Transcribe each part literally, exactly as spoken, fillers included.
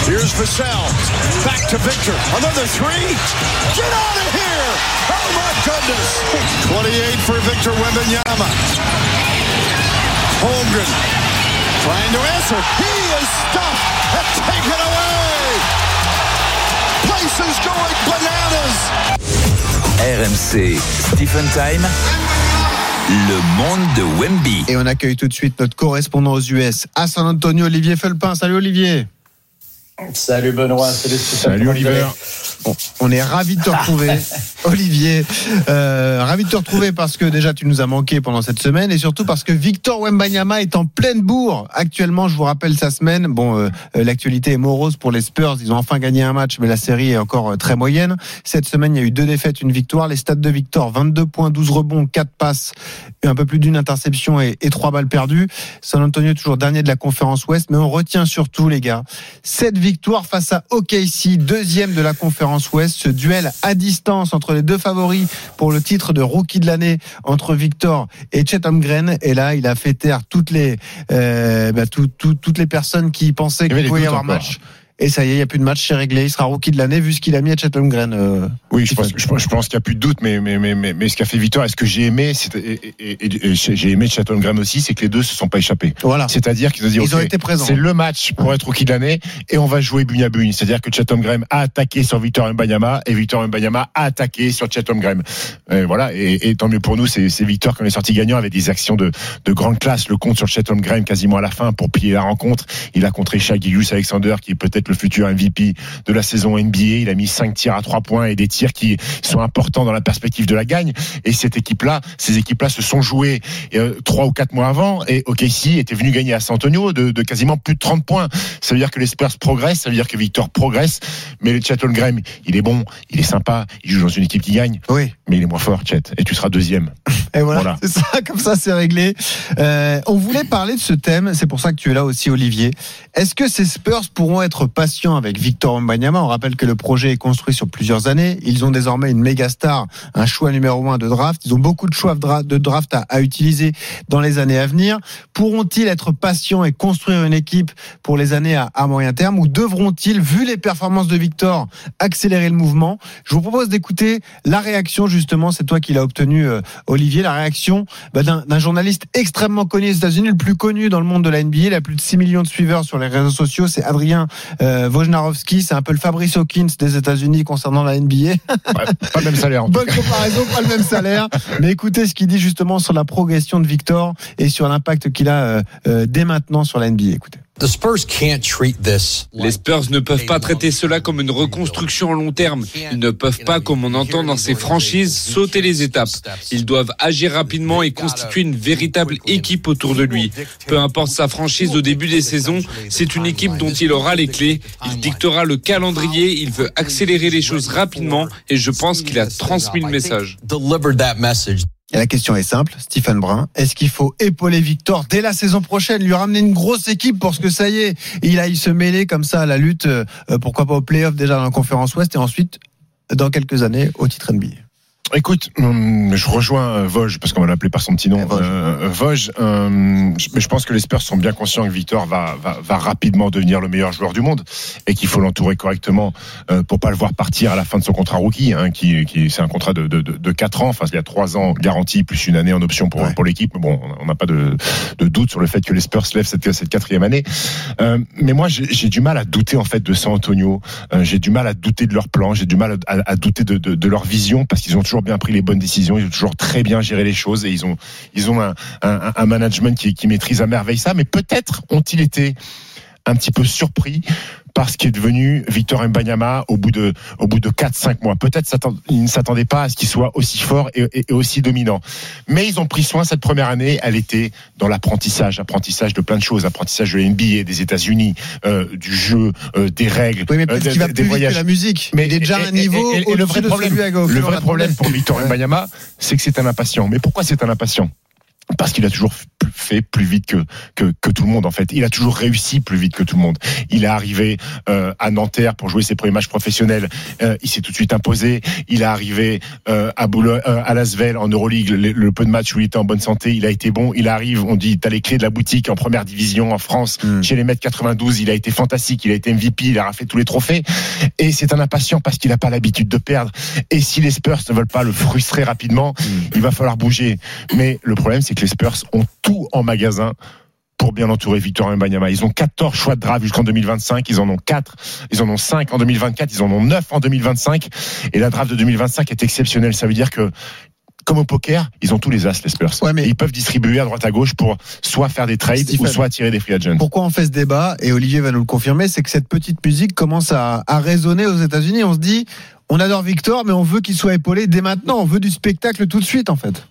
Here's Vassell. Back to Victor. Another three. Get out of here. Oh my goodness. twenty-eight for Victor Wembanyama. Holmgren trying to answer. He is stuffed and taken away. Place is going bananas. R M C Stephen Time, le monde de Wemby. Et on accueille tout de suite notre correspondant aux U S à San Antonio, Olivier Felpin. Salut Olivier. Salut Benoît, salut Stéphane. Salut Olivier. Bon, on est ravis de te retrouver, Olivier. Euh, ravis de te retrouver parce que déjà tu nous as manqué pendant cette semaine et surtout parce que Victor Wembanyama est en pleine bourre. Actuellement, je vous rappelle sa semaine. Bon, euh, l'actualité est morose pour les Spurs. Ils ont enfin gagné un match, mais la série est encore euh, très moyenne. Cette semaine, il y a eu deux défaites, une victoire. Les stats de Victor: vingt-deux points, douze rebonds, quatre passes, un peu plus d'une interception et, et trois balles perdues. San Antonio toujours dernier de la conférence Ouest, mais on retient surtout, les gars, cette victoire face à O K C, deuxième de la conférence Ouest. Ce duel à distance entre les deux favoris pour le titre de rookie de l'année entre Victor et Chet Holmgren. Et là, il a fait taire toutes les euh, bah, tout, tout, toutes les personnes qui pensaient qu'il pouvait y avoir match. Et ça y est, il n'y a plus de match, c'est réglé. Il sera rookie de l'année vu ce qu'il a mis à Chet Holmgren. Euh, oui, je pense, je, pense, je pense qu'il n'y a plus de doute, mais, mais, mais, mais, mais ce qu'a fait Victor, est-ce que j'ai aimé, c'est, et, et, et, et j'ai aimé Chet Holmgren aussi, c'est que les deux se sont pas échappés. Voilà. C'est-à-dire qu'ils ont dit, ils okay, ont été présents. C'est le match pour être rookie de l'année et on va jouer bugne à bugne. C'est-à-dire que Chet Holmgren a attaqué sur Victor Wembanyama et Victor Wembanyama a attaqué sur Chet Holmgren. Et voilà. Et, et tant mieux pour nous, c'est, c'est Victor qui en est sorti gagnant avec des actions de, de grande classe. Le compte sur Chet Holmgren quasiment à la fin pour plier la rencontre. Il a contré Shai Gilgeous-Alexander, qui est peut-être le futur M V P de la saison N B A. Il a mis cinq tirs à trois points et des tirs qui sont importants dans la perspective de la gagne. Et cette équipe-là, ces équipes-là se sont jouées trois ou quatre mois avant et O K C était venu gagner à San Antonio de, de quasiment plus de trente points. Ça veut dire que les Spurs progressent, ça veut dire que Victor progresse, mais le Chet Holmgren, il est bon, il est sympa, il joue dans une équipe qui gagne. Oui. Mais il est moins fort, Chet, et tu seras deuxième. Et voilà, voilà. C'est ça, comme ça c'est réglé. Euh, on voulait parler de ce thème, c'est pour ça que tu es là aussi, Olivier. Est-ce que ces Spurs pourront être patients avec Victor Wembanyama? On rappelle que le projet est construit sur plusieurs années. Ils ont désormais une méga star, un choix numéro un de draft. Ils ont beaucoup de choix de draft à, à utiliser dans les années à venir. Pourront-ils être patients et construire une équipe pour les années à, à moyen terme, ou devront-ils, vu les performances de Victor, accélérer le mouvement? Je vous propose d'écouter la réaction, justement, c'est toi qui l'as obtenue, euh, Olivier, la réaction bah, d'un, d'un journaliste extrêmement connu aux États-Unis, le plus connu dans le monde de la N B A. Il a plus de six millions de suiveurs sur les réseaux sociaux. C'est Adrien euh, Wojnarowski. C'est un peu le Fabrice Hawkins des États-Unis concernant la N B A. Ouais, pas le même salaire. En Bonne comparaison, pas le même salaire. Mais écoutez ce qu'il dit justement sur la progression de Victor et sur l'impact qu'il a euh, euh, dès maintenant sur la N B A. Écoutez. Les Spurs ne peuvent pas traiter cela comme une reconstruction à long terme. Ils ne peuvent pas, comme on entend dans ces franchises, sauter les étapes. Ils doivent agir rapidement et constituer une véritable équipe autour de lui. Peu importe sa franchise au début des saisons, c'est une équipe dont il aura les clés. Il dictera le calendrier, il veut accélérer les choses rapidement et je pense qu'il a transmis le message. Et la question est simple, Stephen Brun, est-ce qu'il faut épauler Victor dès la saison prochaine, lui ramener une grosse équipe pour ce que ça y est, il aille se mêler comme ça à la lutte, euh, pourquoi pas au play-off déjà dans la conférence Ouest et ensuite, dans quelques années, au titre N B A? Écoute, je rejoins Vosges, parce qu'on va l'appeler par son petit nom. Vosges, euh, Vosges euh, mais je pense que les Spurs sont bien conscients que Victor va, va, va rapidement devenir le meilleur joueur du monde et qu'il faut l'entourer correctement euh, pour pas le voir partir à la fin de son contrat rookie, hein, qui, qui c'est un contrat de, de, de quatre ans. Enfin, il y a trois ans garantis plus une année en option pour, ouais. pour l'équipe. Bon, on n'a pas de, de doute sur le fait que les Spurs se lèvent cette, cette quatrième année. Euh, mais moi, j'ai, j'ai du mal à douter en fait de San Antonio. Euh, j'ai du mal à douter de leur plan. J'ai du mal à, à douter de, de, de leur vision parce qu'ils ont toujours bien pris les bonnes décisions, ils ont toujours très bien géré les choses et ils ont ils ont un, un, un management qui, qui maîtrise à merveille ça, mais peut-être ont-ils été un petit peu surpris par ce qui est devenu Victor Wembanyama au bout de au bout de quatre cinq mois. Peut-être ils ne s'attendaient pas à ce qu'il soit aussi fort et, et, et aussi dominant. Mais ils ont pris soin cette première année, elle était dans l'apprentissage, apprentissage de plein de choses, apprentissage de la N B A, des États-Unis, euh, du jeu, euh, des règles, oui, mais peut-être euh, qu'il va des, plus des voyages. Vite que la musique. Mais il est déjà et, un niveau et, et, et, et le vrai problème, le vrai problème pour Victor Wembanyama, c'est que c'est un impatient. Mais pourquoi c'est un impatient ? Parce qu'il a toujours fait plus vite que, que, que tout le monde, en fait. Il a toujours réussi plus vite que tout le monde. Il est arrivé euh, à Nanterre pour jouer ses premiers matchs professionnels. Euh, il s'est tout de suite imposé. Il est arrivé euh, à, Boulogne, euh, à Lasvel en Euroleague. Le, le peu de matchs où il était en bonne santé, il a été bon. Il arrive, on dit, t'as les clés de la boutique en première division en France. Mmh. Chez les Mets quatre-vingt-douze, il a été fantastique. Il a été M V P. Il a raflé tous les trophées. Et c'est un impatient parce qu'il n'a pas l'habitude de perdre. Et si les Spurs ne veulent pas le frustrer rapidement, mmh. il va falloir bouger. Mais le problème, c'est que les Spurs ont tout en magasin pour bien entourer Victor Wembanyama. Ils ont quatorze choix de draft jusqu'en deux mille vingt-cinq. Ils en ont quatre. Ils en ont cinq en deux mille vingt-quatre. Ils en ont neuf en deux mille vingt-cinq. Et la draft de deux mille vingt-cinq est exceptionnelle. Ça veut dire que, comme au poker, ils ont tous les as, les Spurs. Ouais, mais... Ils peuvent distribuer à droite à gauche pour soit faire des trades Stephen, ou soit attirer des free agents. Pourquoi on fait ce débat, et Olivier va nous le confirmer, c'est que cette petite musique commence à, à résonner aux États-Unis. On se dit, on adore Victor, mais on veut qu'il soit épaulé dès maintenant. On veut du spectacle tout de suite, en fait.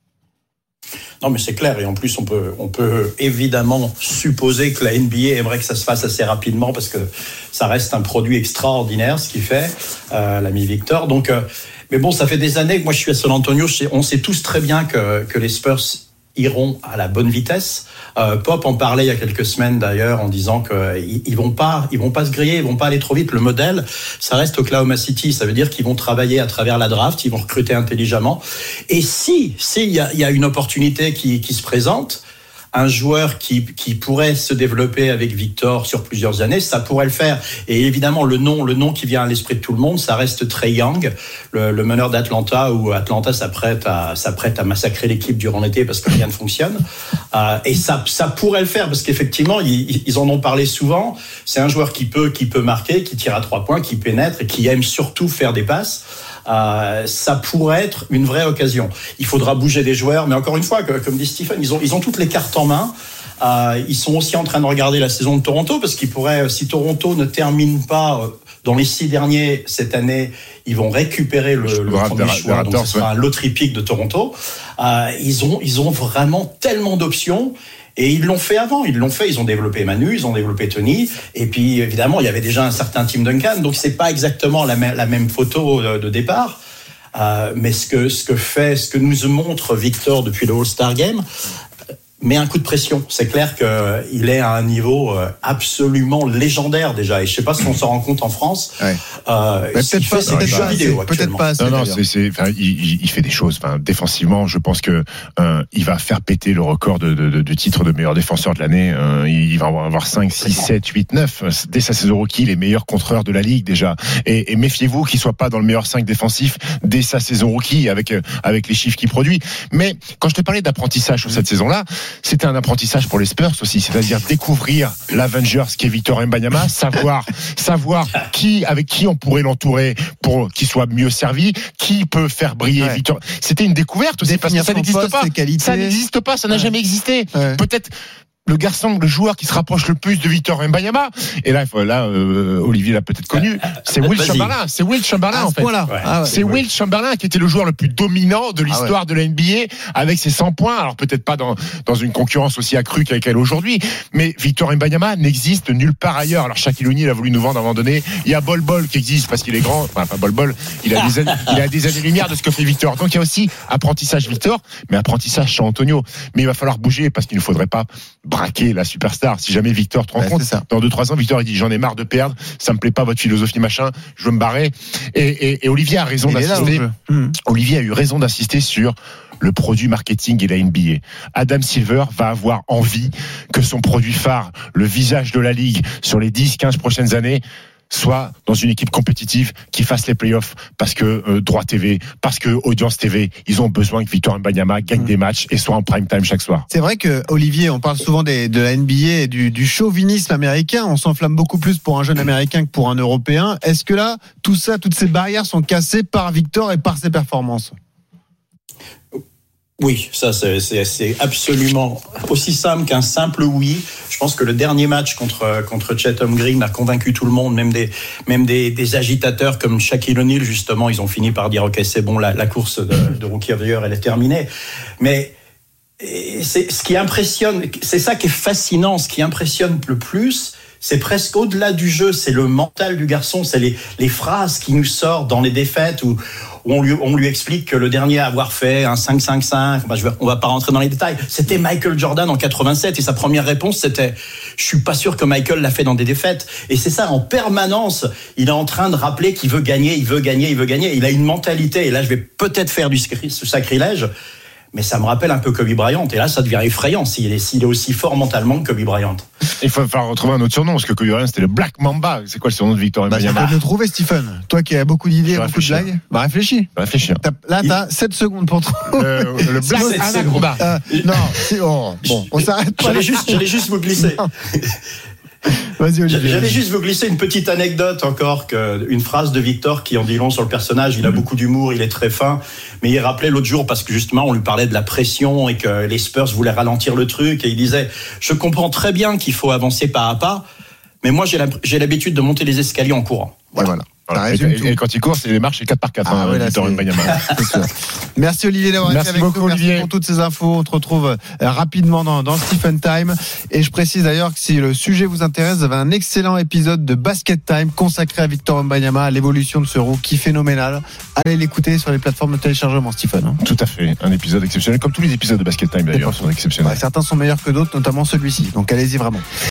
Non, mais c'est clair. Et en plus, on peut, on peut évidemment supposer que la N B A aimerait que ça se fasse assez rapidement parce que ça reste un produit extraordinaire, ce qu'il fait, euh, l'ami Victor. Donc, euh, mais bon, ça fait des années que moi je suis à San Antonio. On sait tous très bien que, que les Spurs iront à la bonne vitesse. Euh, Pop en parlait il y a quelques semaines d'ailleurs en disant qu'ils ils vont pas, ils vont pas se griller, ils vont pas aller trop vite. Le modèle, ça reste Oklahoma City. Ça veut dire qu'ils vont travailler à travers la draft, ils vont recruter intelligemment. Et si, si il y a, il y a une opportunité qui, qui se présente, un joueur qui, qui pourrait se développer avec Victor sur plusieurs années, ça pourrait le faire. Et évidemment, le nom, le nom qui vient à l'esprit de tout le monde, ça reste Trae Young, le, le meneur d'Atlanta, où Atlanta s'apprête à, s'apprête à massacrer l'équipe durant l'été parce que rien ne fonctionne. Euh, et ça, ça pourrait le faire parce qu'effectivement, ils, ils en ont parlé souvent. C'est un joueur qui peut, qui peut marquer, qui tire à trois points, qui pénètre et qui aime surtout faire des passes. Euh, ça pourrait être une vraie occasion. Il faudra bouger des joueurs, mais encore une fois, comme dit Stephen, ils ont, ils ont toutes les cartes en main. Euh, ils sont aussi en train de regarder la saison de Toronto, parce qu'ils pourraient, si Toronto ne termine pas dans les six derniers cette année, ils vont récupérer le, le premier choix, donc ce sera un lottery pick de Toronto. Euh, ils ont, ils ont vraiment tellement d'options. Et ils l'ont fait avant, ils l'ont fait, ils ont développé Manu, ils ont développé Tony, et puis évidemment il y avait déjà un certain Tim Duncan, donc c'est pas exactement la même, la même photo de, de départ, euh, mais ce que, ce que fait, ce que nous montre Victor depuis le All-Star Game, met un coup de pression. C'est clair qu'il est à un niveau absolument légendaire déjà. Et je ne sais pas si on s'en rend compte en France. Ouais. Euh, peut-être pas, c'est peut-être pas, vidéo, peut-être pas. Non, non, c'est, c'est, enfin, il, il fait des choses. Enfin, défensivement, je pense que euh, il va faire péter le record de, de, de, de titre de meilleur défenseur de l'année. Euh, il va avoir cinq, six, sept, huit, neuf. Dès sa saison rookie, les meilleurs contreurs de la ligue déjà. Et, et méfiez-vous qu'il soit pas dans le meilleur cinq défensif dès sa saison rookie avec avec les chiffres qu'il produit. Mais quand je te parlais d'apprentissage sur cette saison-là, c'était un apprentissage pour les Spurs aussi, c'est-à-dire découvrir l'Avengers qui est Victor Wembanyama, savoir, savoir qui, avec qui on pourrait l'entourer pour qu'il soit mieux servi, qui peut faire briller ouais. Victor. C'était une découverte aussi parce que ça n'existe poste, pas. Ça n'existe pas, ça n'a ouais. jamais existé. Ouais. Peut-être le garçon, le joueur qui se rapproche le plus de Victor Wembanyama, et là, là euh, Olivier l'a peut-être connu, c'est Will Vas-y. Chamberlain. C'est Will Chamberlain ah, en fait. Ouais. Ah ouais, c'est ouais. Will Chamberlain qui était le joueur le plus dominant de l'histoire ah ouais. de la N B A avec ses cent points. Alors peut-être pas dans dans une concurrence aussi accrue qu'avec elle aujourd'hui, mais Victor Wembanyama n'existe nulle part ailleurs. Alors Shaquille O'Neal a voulu nous vendre à un moment donné. Il y a Bol Bol qui existe parce qu'il est grand. Enfin pas Bol Bol. Il a des années, il a des années-lumière de ce que fait Victor. Donc il y a aussi apprentissage Victor, mais apprentissage San Antonio. Mais il va falloir bouger parce qu'il ne faudrait pas braquer la superstar. Si jamais Victor te rend ouais, compte, dans deux trois ans, Victor il dit j'en ai marre de perdre, ça me plaît pas votre philosophie machin, je veux me barrer. Et, et, et Olivier a raison il d'insister. Mmh. Olivier a eu raison d'insister sur le produit marketing et la N B A. Adam Silver va avoir envie que son produit phare, le visage de la ligue sur les dix quinze prochaines années, soit dans une équipe compétitive qui fasse les playoffs parce que euh, droit T V, parce que audience T V, ils ont besoin que Victor Wembanyama gagne mmh. des matchs et soit en prime time chaque soir. C'est vrai que Olivier, on parle souvent des, de la N B A et du, du chauvinisme américain. On s'enflamme beaucoup plus pour un jeune américain que pour un Européen. Est-ce que là, tout ça, toutes ces barrières sont cassées par Victor et par ses performances? Oui, ça c'est, c'est, c'est absolument aussi simple qu'un simple oui. Je pense que le dernier match contre contre Chatham Green a convaincu tout le monde, même des même des, des agitateurs comme Shaquille O'Neal justement. Ils ont fini par dire ok c'est bon, la, la course de, de Rookie of the Year elle est terminée. Mais c'est ce qui impressionne, c'est ça qui est fascinant. Ce qui impressionne le plus, c'est presque au-delà du jeu, c'est le mental du garçon, c'est les les phrases qui nous sortent dans les défaites où où on lui, on lui explique que le dernier à avoir fait un cinq cinq cinq, enfin, je vais, on va pas rentrer dans les détails, c'était Michael Jordan en quatre-vingt-sept, et sa première réponse c'était « Je suis pas sûr que Michael l'a fait dans des défaites ». Et c'est ça, en permanence, il est en train de rappeler qu'il veut gagner, il veut gagner, il veut gagner. Il a une mentalité, et là je vais peut-être faire du sacrilège, mais ça me rappelle un peu Kobe Bryant, et là ça devient effrayant s'il est, s'il est aussi fort mentalement que Kobe Bryant. Il faut falloir retrouver un autre surnom, parce que Kobe Bryant c'était le Black Mamba. C'est quoi le surnom de Victor Wembanyama? Bah, tu peux le trouver, Stephen. Toi qui as beaucoup d'idées, beaucoup de blagues. Bah réfléchis. Réfléchir. T'as, là t'as sept secondes pour trouver. Le, le Black Anaconda. Euh, non, c'est, oh, bon, on s'arrête pas. J'allais juste, j'allais juste vous glisser. Vas-y, Olivier. J'allais juste vous glisser une petite anecdote encore, que, une phrase de Victor qui en dit long sur le personnage. Il a beaucoup d'humour, il est très fin, mais il rappelait l'autre jour, parce que justement on lui parlait de la pression et que les Spurs voulaient ralentir le truc, et il disait « Je comprends très bien qu'il faut avancer pas à pas, mais moi j'ai, la, j'ai l'habitude de monter les escaliers en courant. » Voilà. voilà. Voilà. Et, et, et quand il court, c'est les marches, c'est quatre par quatre. Ah, hein, ouais, là, Victor Wembanyama. Merci Olivier d'avoir été Merci avec beaucoup, nous. Merci Olivier. pour toutes ces infos. On te retrouve euh, rapidement dans, dans Stephen Time. Et je précise d'ailleurs que si le sujet vous intéresse, vous avez un excellent épisode de Basket Time consacré à Victor Wembanyama, à l'évolution de ce rookie phénoménal. Allez l'écouter sur les plateformes de téléchargement, Stephen. Hein. Tout à fait. Un épisode exceptionnel, comme tous les épisodes de Basket Time d'ailleurs, sont exceptionnels. Ouais, certains sont meilleurs que d'autres, notamment celui-ci. Donc allez-y vraiment.